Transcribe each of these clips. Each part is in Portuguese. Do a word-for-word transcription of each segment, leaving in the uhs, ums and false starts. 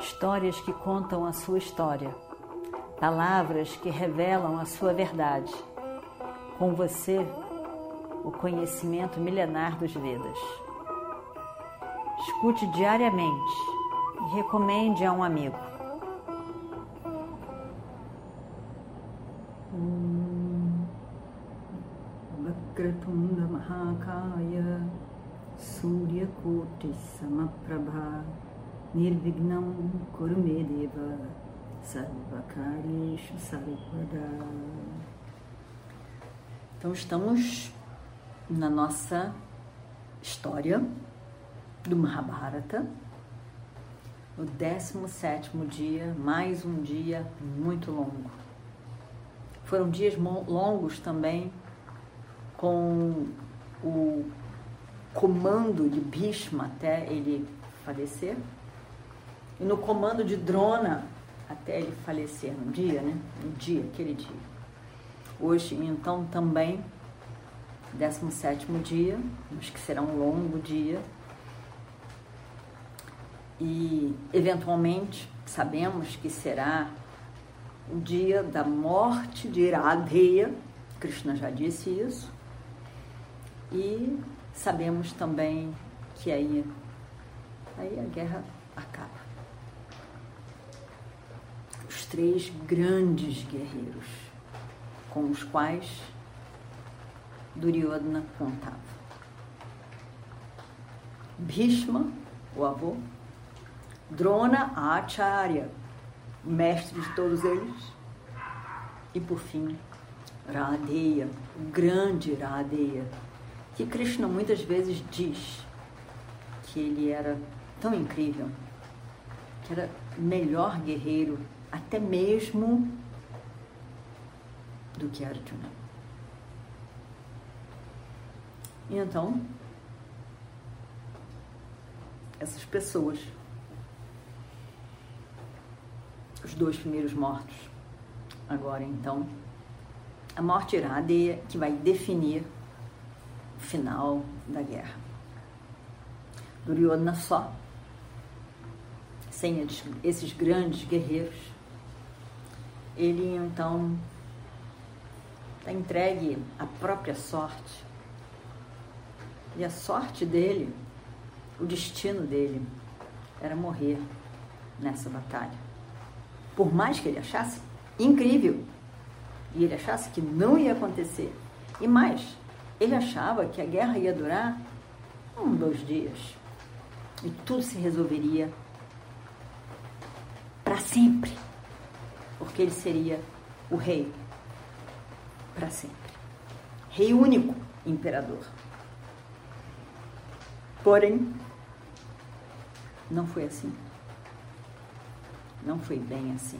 histórias que contam a sua história, palavras que revelam a sua verdade. Com você, o conhecimento milenar dos Vedas. Escute diariamente e recomende a um amigo. Vakratunda Mahakaya Suryakoti Samaprabha Nirvignam Kurumedeva Sarvakarishu Sarvada. Então estamos na nossa história do Mahabharata, o décimo sétimo dia, mais um dia muito longo. Foram dias longos também com o comando de Bhishma até ele falecer, e no comando de Drona até ele falecer no dia, né? No dia, aquele dia. Hoje, então, também, décimo sétimo dia, mas que será um longo dia, e eventualmente sabemos que será o dia da morte de Iradeya, Krishna já disse isso, e sabemos também que aí, aí a guerra acaba. Os três grandes guerreiros com os quais Duryodhana contava. Bhishma, o avô, Drona, a Acharya, mestre de todos eles, e por fim, Iradeya, o grande Iradeya, que Krishna muitas vezes diz que ele era tão incrível, que era o melhor guerreiro, até mesmo do que Arjuna. E então, essas pessoas, os dois primeiros mortos, agora então, a morte Iradeya que vai definir o final da guerra. Duryodhana só, sem esses grandes guerreiros, ele então está entregue à própria sorte. E a sorte dele, o destino dele, era morrer nessa batalha. Por mais que ele achasse incrível, e ele achasse que não ia acontecer, e mais, ele achava que a guerra ia durar um, dois dias, e tudo se resolveria para sempre, porque ele seria o rei para sempre, rei único, imperador. Porém, não foi assim. Não foi bem assim.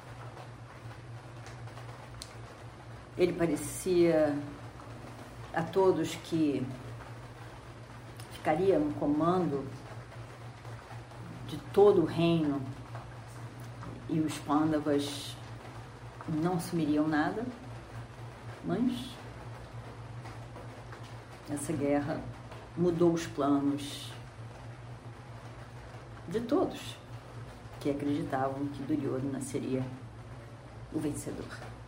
Ele parecia a todos que ficaria no comando de todo o reino e os Pandavas não assumiriam nada, mas essa guerra mudou os planos de todos que acreditavam que Duryodhana seria o vencedor.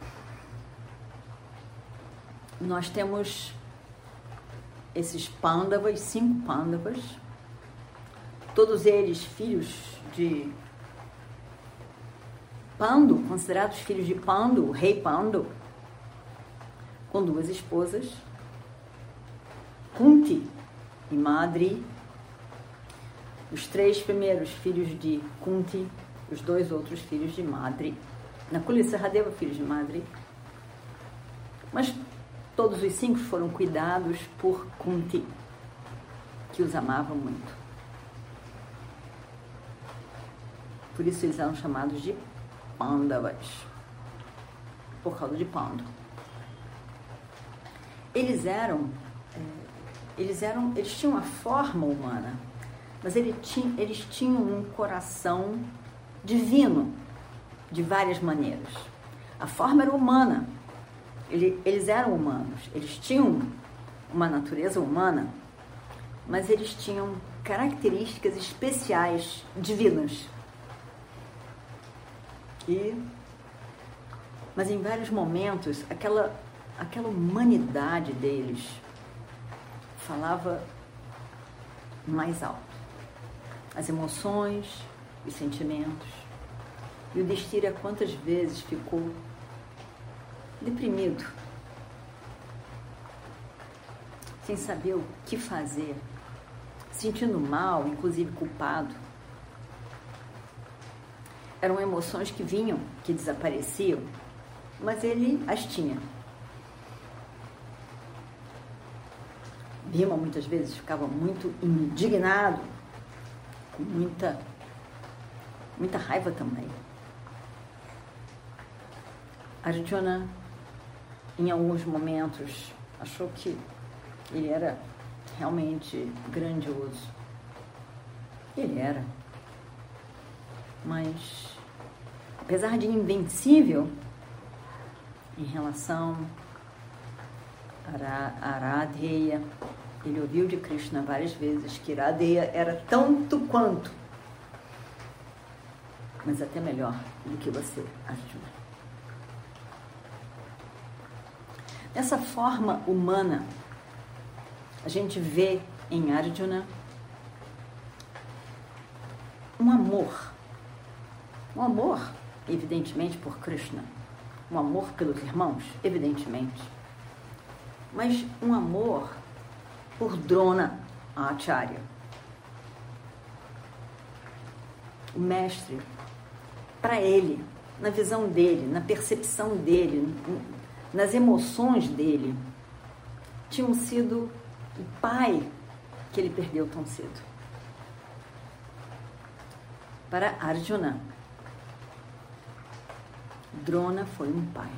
Nós temos esses Pandavas, cinco Pandavas, todos eles filhos de Pandu, considerados filhos de Pandu, o rei Pandu, com duas esposas, Kunti e Madri, os três primeiros filhos de Kunti, os dois outros filhos de Madri, Nakula e Sahadeva, filhos de Madri, mas todos os cinco foram cuidados por Kunti, que os amava muito. Por isso eles eram chamados de Pandavas, por causa de Pandu. Eles eram, eles eram, eles tinham a forma humana, mas eles tinham, eles tinham um coração divino, de várias maneiras. A forma era humana, eles eram humanos, eles tinham uma natureza humana, mas eles tinham características especiais, divinas. E, mas em vários momentos, aquela, aquela humanidade deles falava mais alto. As emoções, os sentimentos. E o Yudhishthira quantas vezes ficou deprimido, sem saber o que fazer, sentindo mal, inclusive culpado. Eram emoções que vinham, que desapareciam, mas ele as tinha. Bhima muitas vezes ficava muito indignado, com muita, muita raiva também. Arjuna, em alguns momentos, achou que ele era realmente grandioso. Ele era. Mas, apesar de invencível em relação a Aradeya, ele ouviu de Krishna várias vezes que Aradeya era tanto quanto, mas até melhor do que você, Arjuna. Dessa forma humana, a gente vê em Arjuna um amor. Um amor, evidentemente, por Krishna. Um amor pelos irmãos, evidentemente. Mas um amor por Drona Acharya. O mestre, para ele, na visão dele, na percepção dele, nas emoções dele, tinham sido o pai que ele perdeu tão cedo. Para Arjuna, Drona foi um pai.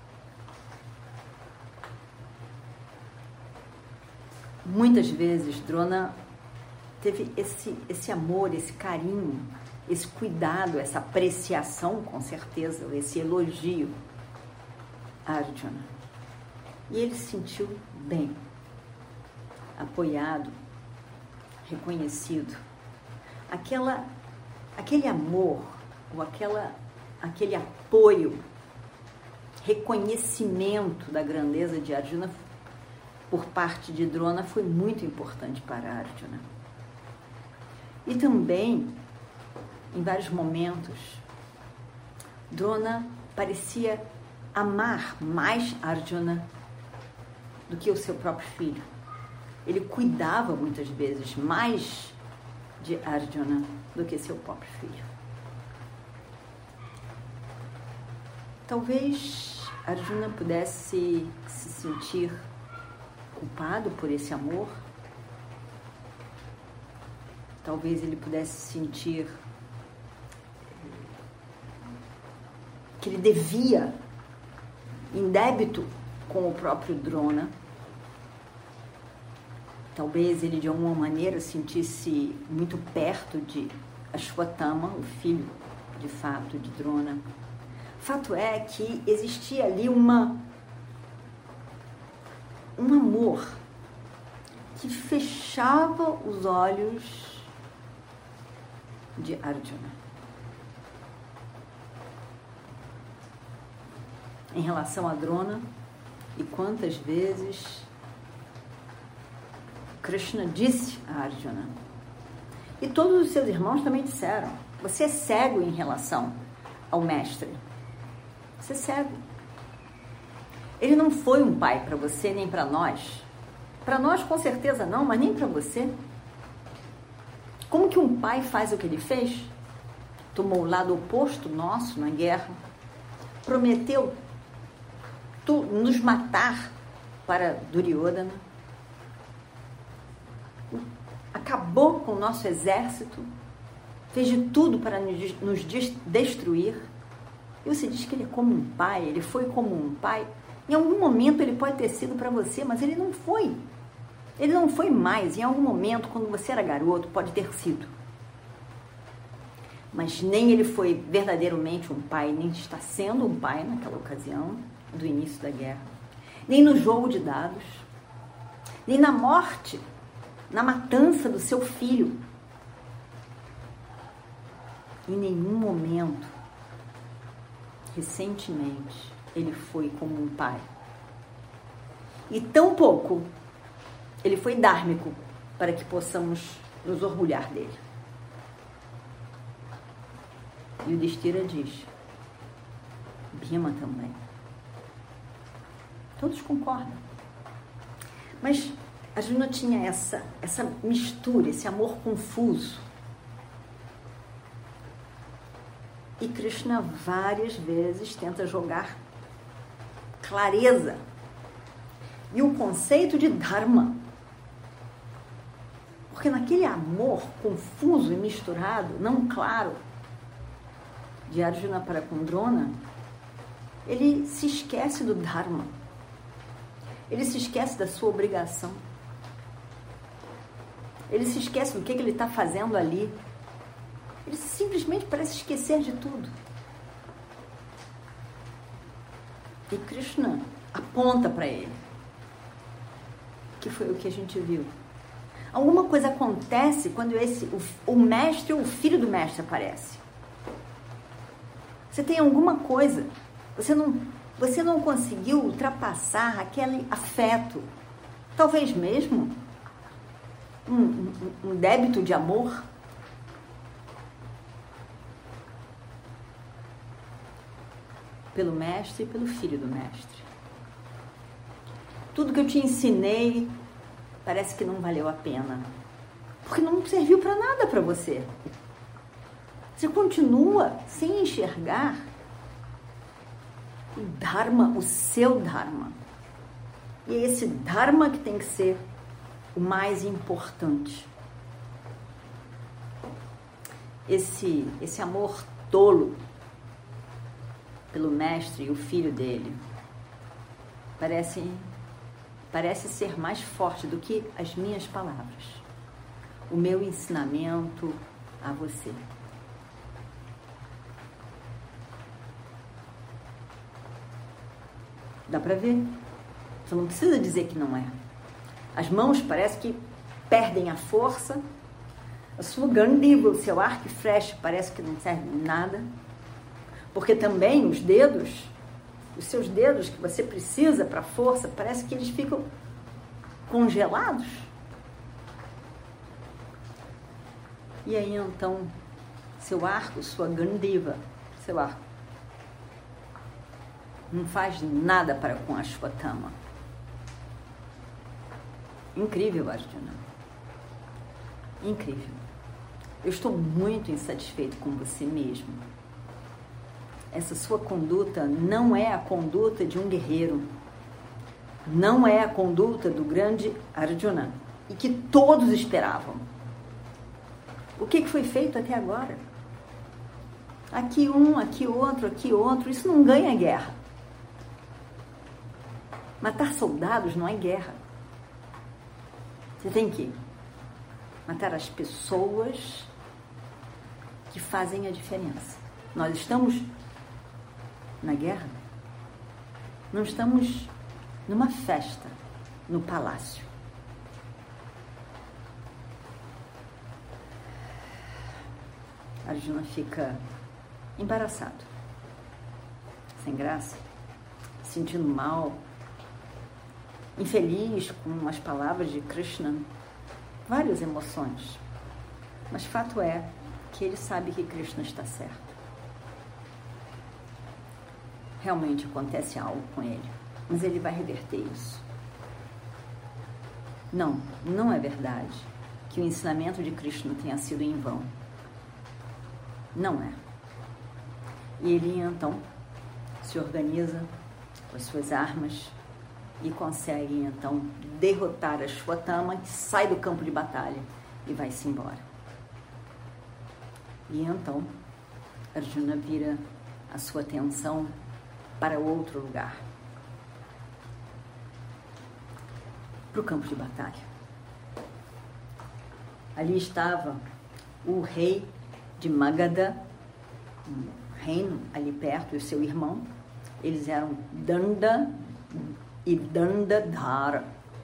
Muitas vezes Drona teve esse, esse amor, esse carinho, esse cuidado, essa apreciação, com certeza, esse elogio a Arjuna. E ele se sentiu bem, apoiado, reconhecido. Aquela, aquele amor, ou aquela, aquele apoio, reconhecimento da grandeza de Arjuna por parte de Drona foi muito importante para Arjuna. E também, em vários momentos, Drona parecia amar mais Arjuna do que o seu próprio filho. Ele cuidava muitas vezes mais de Arjuna do que seu próprio filho. Talvez Arjuna pudesse se sentir culpado por esse amor. Talvez ele pudesse sentir que ele devia, em débito com o próprio Drona. Talvez ele de alguma maneira sentisse muito perto de Ashwatthama, o filho de fato de Drona. Fato é que existia ali uma um amor que fechava os olhos de Arjuna. Em relação a Drona, e quantas vezes Krishna disse a Arjuna, e todos os seus irmãos também disseram, você é cego em relação ao mestre. Você é cego. Ele não foi um pai para você, nem para nós. Para nós, com certeza não, mas nem para você. Como que um pai faz o que ele fez? Tomou o lado oposto nosso na guerra, prometeu tu, nos matar para Duryodhana, acabou com o nosso exército, fez de tudo para nos destruir. E você diz que ele é como um pai, ele foi como um pai. Em algum momento ele pode ter sido para você, mas ele não foi. Ele não foi mais. Em algum momento, quando você era garoto, pode ter sido. Mas nem ele foi verdadeiramente um pai, nem está sendo um pai naquela ocasião do início da guerra. Nem no jogo de dados. Nem na morte, na matança do seu filho. Em nenhum momento recentemente ele foi como um pai. E tão pouco ele foi dármico para que possamos nos orgulhar dele. E o Yudhishthira diz, Bhima também. Todos concordam. Mas Arjuna tinha essa, essa mistura, esse amor confuso. E Krishna várias vezes tenta jogar clareza. E o conceito de Dharma. Porque naquele amor confuso e misturado, não claro, de Arjuna para com Drona, ele se esquece do Dharma. Ele se esquece da sua obrigação. Ele se esquece do que ele está fazendo ali. Ele simplesmente parece esquecer de tudo. E Krishna aponta para ele. Que foi o que a gente viu. Alguma coisa acontece quando esse, o, o mestre ou o filho do mestre aparece. Você tem alguma coisa. Você não, você não conseguiu ultrapassar aquele afeto. Talvez mesmo um, um, um débito de amor. Pelo mestre e pelo filho do mestre. Tudo que eu te ensinei parece que não valeu a pena. Porque não serviu para nada para você. Você continua sem enxergar o Dharma, o seu Dharma. E é esse Dharma que tem que ser o mais importante. Esse, esse amor tolo pelo mestre e o filho dele parece, parece ser mais forte do que as minhas palavras, o meu ensinamento a você. Dá pra ver? Você não precisa dizer que não é. As mãos parecem que perdem a força, a sua gandiva, o seu arco e flecha parece que não serve de nada. Porque também os dedos, os seus dedos que você precisa para a força, parece que eles ficam congelados. E aí então, seu arco, sua gandiva, seu arco, não faz nada para com a Ashwatthama. Incrível, Arjuna. Incrível. Eu estou muito insatisfeito com você mesmo. Essa sua conduta não é a conduta de um guerreiro. Não é a conduta do grande Arjuna. E que todos esperavam. O que foi feito até agora? Aqui um, aqui outro, aqui outro. Isso não ganha guerra. Matar soldados não é guerra. Você tem que matar as pessoas que fazem a diferença. Nós estamos na guerra, não estamos numa festa no palácio. Arjuna fica embaraçado, sem graça, sentindo mal, infeliz com as palavras de Krishna, várias emoções. Mas fato é que ele sabe que Krishna está certo. Realmente acontece algo com ele, mas ele vai reverter isso. Não, não é verdade que o ensinamento de Krishna tenha sido em vão. Não é. E ele então se organiza com as suas armas e consegue então derrotar a Ashwatthama, que sai do campo de batalha e vai-se embora. E então Arjuna vira a sua atenção para outro lugar, para o campo de batalha. Ali estava o rei de Magadha, um reino ali perto, e o seu irmão. Eles eram Danda e Dandadhara,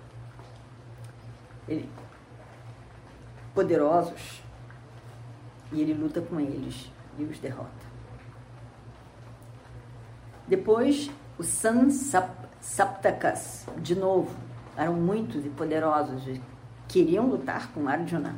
ele, poderosos, e ele luta com eles e os derrota. Depois, os Sansaptakas, de novo, eram muitos e poderosos e queriam lutar com Arjuna.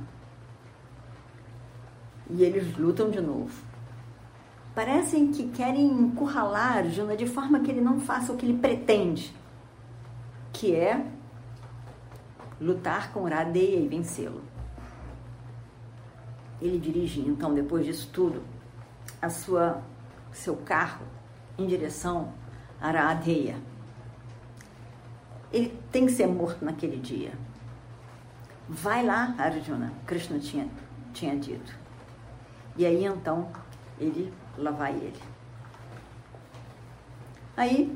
E eles lutam de novo. Parecem que querem encurralar Arjuna de forma que ele não faça o que ele pretende, que é lutar com Radeya e vencê-lo. Ele dirige, então, depois disso tudo, a sua, seu carro em direção a Radeya. Ele tem que ser morto naquele dia. Vai lá, Arjuna, Krishna tinha, tinha dito. E aí, então, ele, lá vai ele. Aí,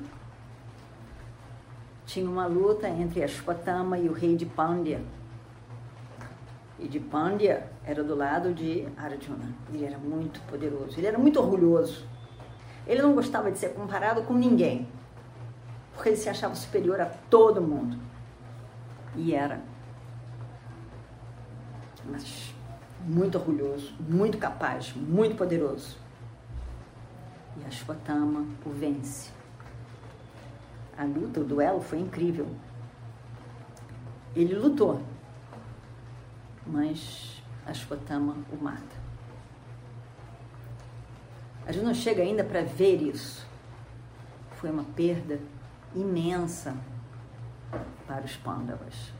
tinha uma luta entre Ashwatthama e o rei de Pandya. E de Pandya era do lado de Arjuna. Ele era muito poderoso, ele era muito orgulhoso. Ele não gostava de ser comparado com ninguém, porque ele se achava superior a todo mundo. E era. Mas muito orgulhoso, muito capaz, muito poderoso. E Ashwatthama o vence. A luta, o duelo foi incrível. Ele lutou, mas Ashwatthama o mata. Arjuna chega ainda para ver isso. Foi uma perda imensa para os Pandavas.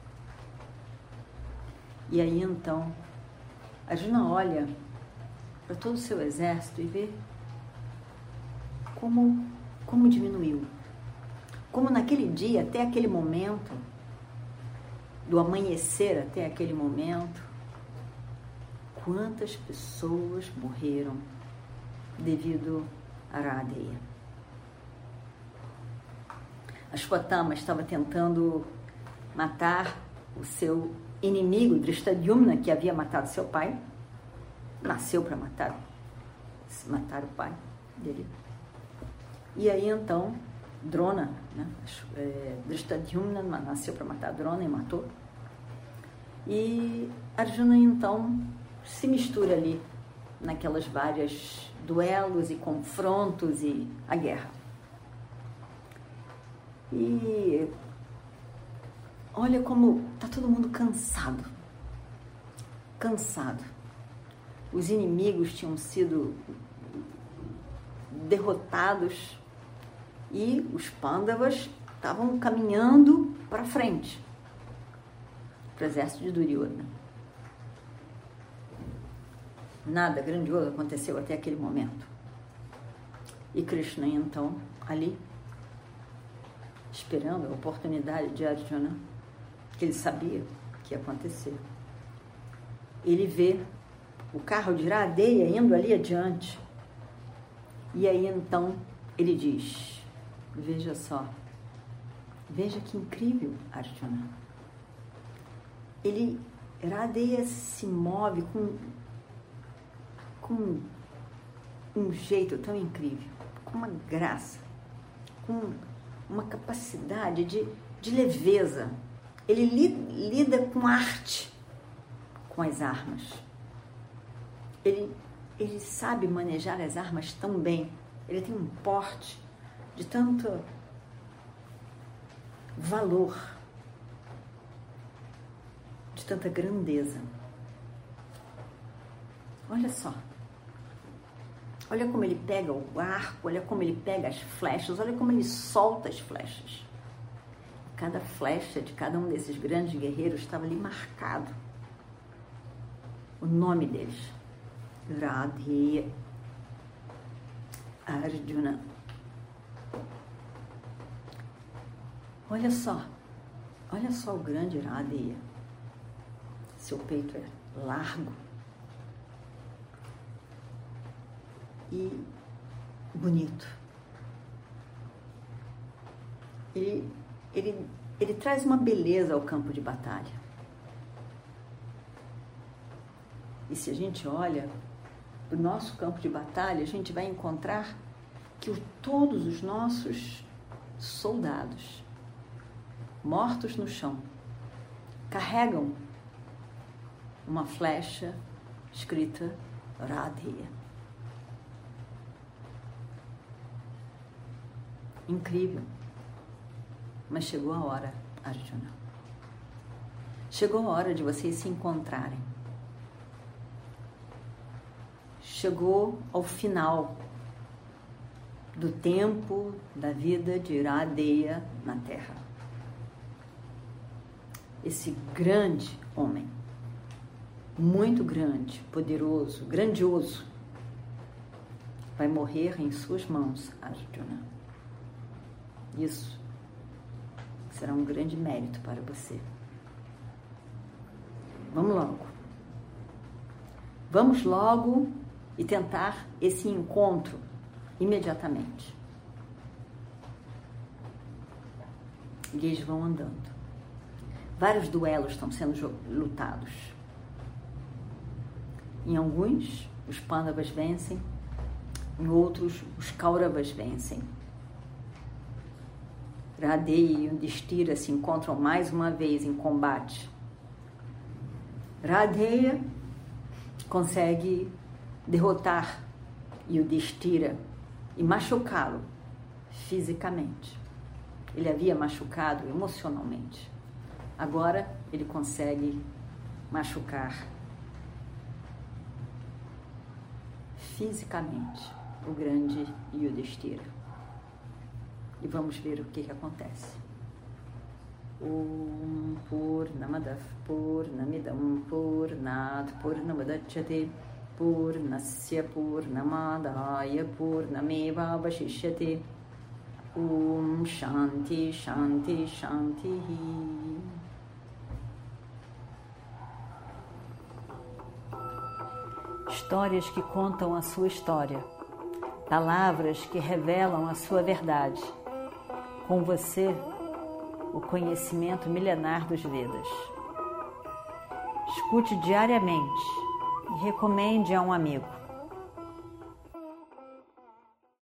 E aí então, Arjuna olha para todo o seu exército e vê como, como diminuiu. Como naquele dia, até aquele momento, do amanhecer até aquele momento, quantas pessoas morreram devido a Radeya. Ashwatthama estava tentando matar o seu inimigo, Drishtadyumna, que havia matado seu pai. Nasceu para matar, matar o pai dele. E aí então, Drona, né? é, Drishtadyumna nasceu para matar Drona e matou. E Arjuna então se mistura ali naquelas várias duelos e confrontos e a guerra. E olha como está todo mundo cansado. Cansado. Os inimigos tinham sido derrotados e os Pandavas estavam caminhando para frente, para o exército de Duryodhana. Nada grandioso aconteceu até aquele momento. E Krishna, então, ali, esperando a oportunidade de Arjuna, que ele sabia que ia acontecer. Ele vê o carro de Radeya indo ali adiante. E aí, então, ele diz, veja só, veja que incrível, Arjuna. Ele, Radeya se move com, com um jeito tão incrível, com uma graça, com uma capacidade de, de leveza. Ele li, lida com arte, com as armas. Ele, ele sabe manejar as armas tão bem. Ele tem um porte de tanto valor, de tanta grandeza. Olha só. Olha como ele pega o arco, olha como ele pega as flechas, olha como ele solta as flechas. Cada flecha de cada um desses grandes guerreiros estava ali marcado. O nome deles. Radeya, Arjuna. Olha só, olha só o grande Radeya. Seu peito é largo e bonito. Ele, ele, ele traz uma beleza ao campo de batalha. E se a gente olha para o nosso campo de batalha, a gente vai encontrar que o, todos os nossos soldados mortos no chão carregam uma flecha escrita Radeya. Incrível. Mas chegou a hora, Arjuna. Chegou a hora de vocês se encontrarem. Chegou ao final do tempo da vida de Iradeya na Terra. Esse grande homem, muito grande, poderoso, grandioso, vai morrer em suas mãos, Arjuna. Isso será um grande mérito para você. Vamos logo. Vamos logo e tentar esse encontro imediatamente. E eles vão andando. Vários duelos estão sendo lutados. Em alguns, os Pandavas vencem. Em outros, os Kauravas vencem. Radeya e Yudhishthira se encontram mais uma vez em combate. Radeya consegue derrotar Yudhishthira e machucá-lo fisicamente. Ele havia machucado emocionalmente. Agora ele consegue machucar fisicamente o grande Yudhishthira. E vamos ver o que, que acontece. Om Purnamadav Purnamidam Purnat Purnamudachyate Purnasya Purnamadaya Purnameva Vashishyate. Om Shanti Shanti Shanti. Histórias que contam a sua história. Palavras que revelam a sua verdade. Com você, o conhecimento milenar dos Vedas. Escute diariamente e recomende a um amigo.